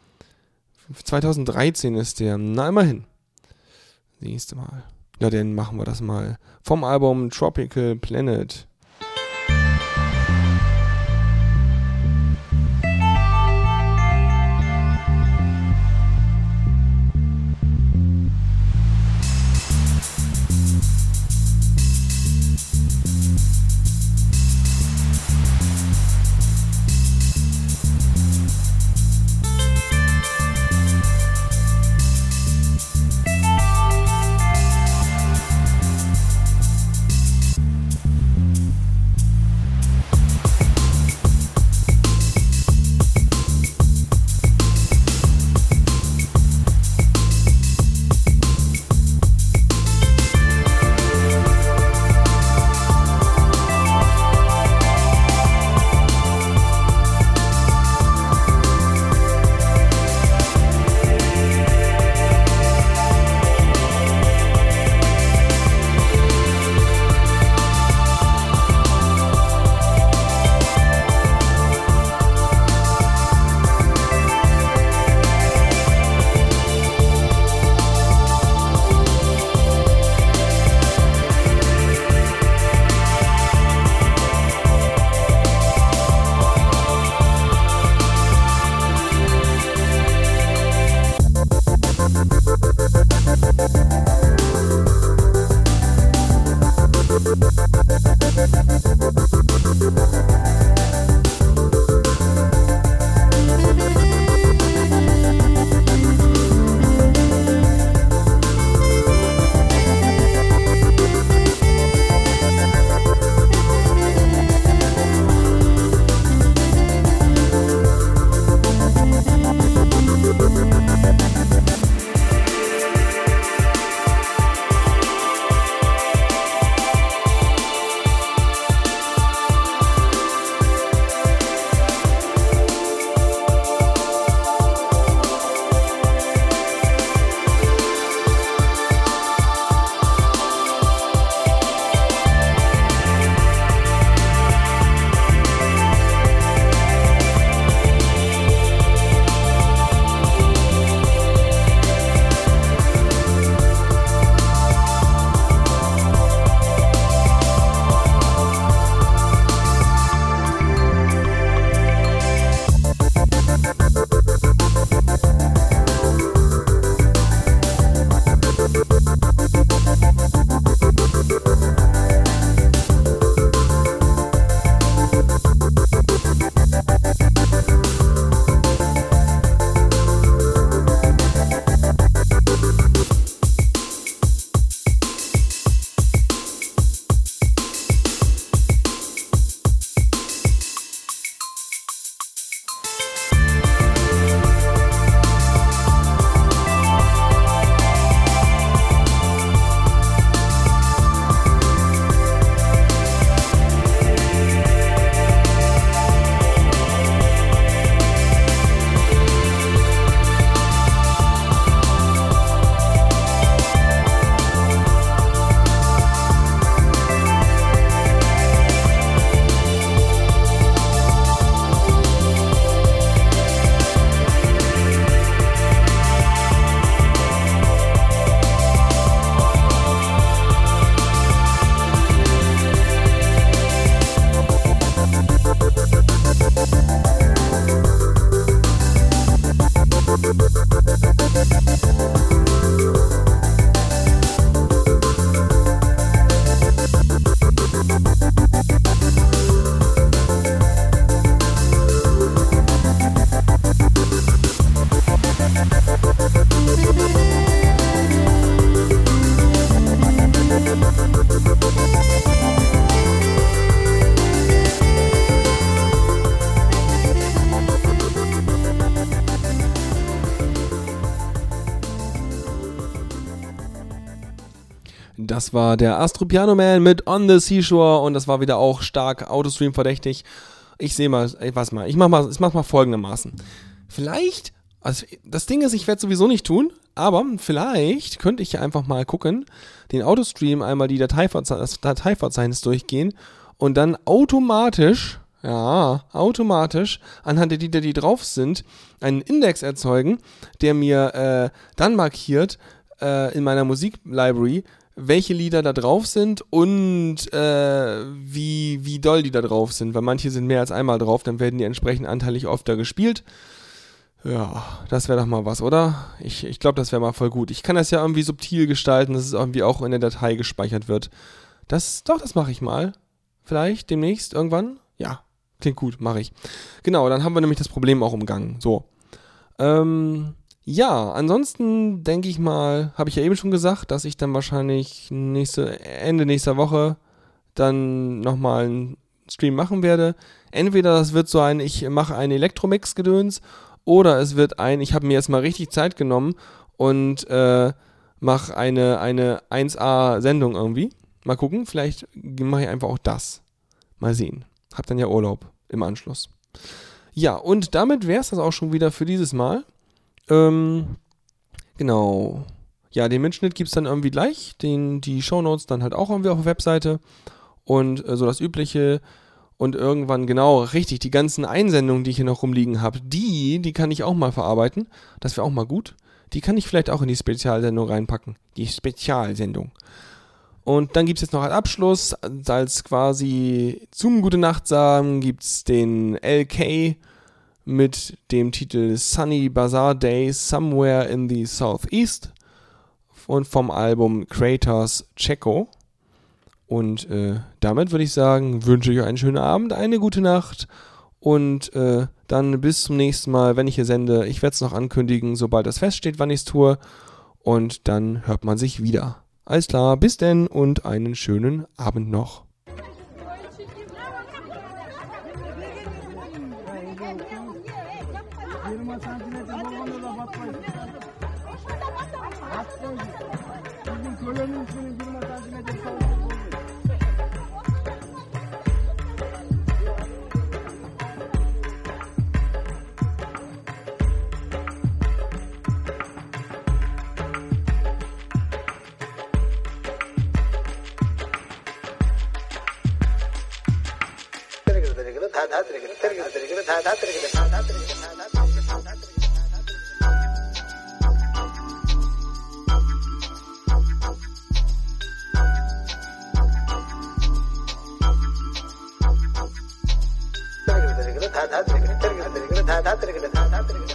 2013 ist der. Na, immerhin. Nächste Mal. Ja, dann machen wir das mal. Vom Album Tropical Planet. Das war der Astro Piano Man mit On the Seashore und das war wieder auch stark Autostream verdächtig. Ich sehe mal, ich mach mal folgendermaßen. Vielleicht, also das Ding ist, ich werde sowieso nicht tun, aber vielleicht könnte ich ja einfach mal gucken, den Autostream einmal das Dateiverzeichnis durchgehen und dann automatisch anhand der Lieder, die drauf sind, einen Index erzeugen, der mir dann markiert in meiner Musiklibrary, welche Lieder da drauf sind und wie doll die da drauf sind. Weil manche sind mehr als einmal drauf, dann werden die entsprechend anteilig öfter gespielt. Ja, das wäre doch mal was, oder? Ich glaube, das wäre mal voll gut. Ich kann das ja irgendwie subtil gestalten, dass es irgendwie auch in der Datei gespeichert wird. Das mache ich mal. Vielleicht demnächst irgendwann. Ja, klingt gut, mache ich. Genau, dann haben wir nämlich das Problem auch umgangen. So. Ja, ansonsten denke ich mal, habe ich ja eben schon gesagt, dass ich dann wahrscheinlich Ende nächster Woche dann nochmal einen Stream machen werde. Entweder das wird so ich mache einen Elektromix-Gedöns oder es wird ich habe mir jetzt mal richtig Zeit genommen und mache eine 1A-Sendung irgendwie. Mal gucken, vielleicht mache ich einfach auch das. Mal sehen. Hab dann ja Urlaub im Anschluss. Ja, und damit wäre es das auch schon wieder für dieses Mal. Genau. Ja, den Mitschnitt gibt es dann irgendwie gleich. Die Shownotes dann halt auch irgendwie auf der Webseite. Und so das Übliche. Und irgendwann, genau, richtig, die ganzen Einsendungen, die ich hier noch rumliegen habe, die kann ich auch mal verarbeiten. Das wäre auch mal gut. Die kann ich vielleicht auch in die Spezialsendung reinpacken. Die Spezialsendung. Und dann gibt es jetzt noch als Abschluss, als quasi zum Gute-Nacht sagen, gibt es den LK mit dem Titel Sunny Bazaar Days Somewhere in the Southeast und vom Album Creators Checo. Und damit würde ich sagen, wünsche ich euch einen schönen Abend, eine gute Nacht und dann bis zum nächsten Mal, wenn ich hier sende. Ich werde es noch ankündigen, sobald das feststeht, wann ich es tue. Und dann hört man sich wieder. Alles klar, bis denn und einen schönen Abend noch. Tha tha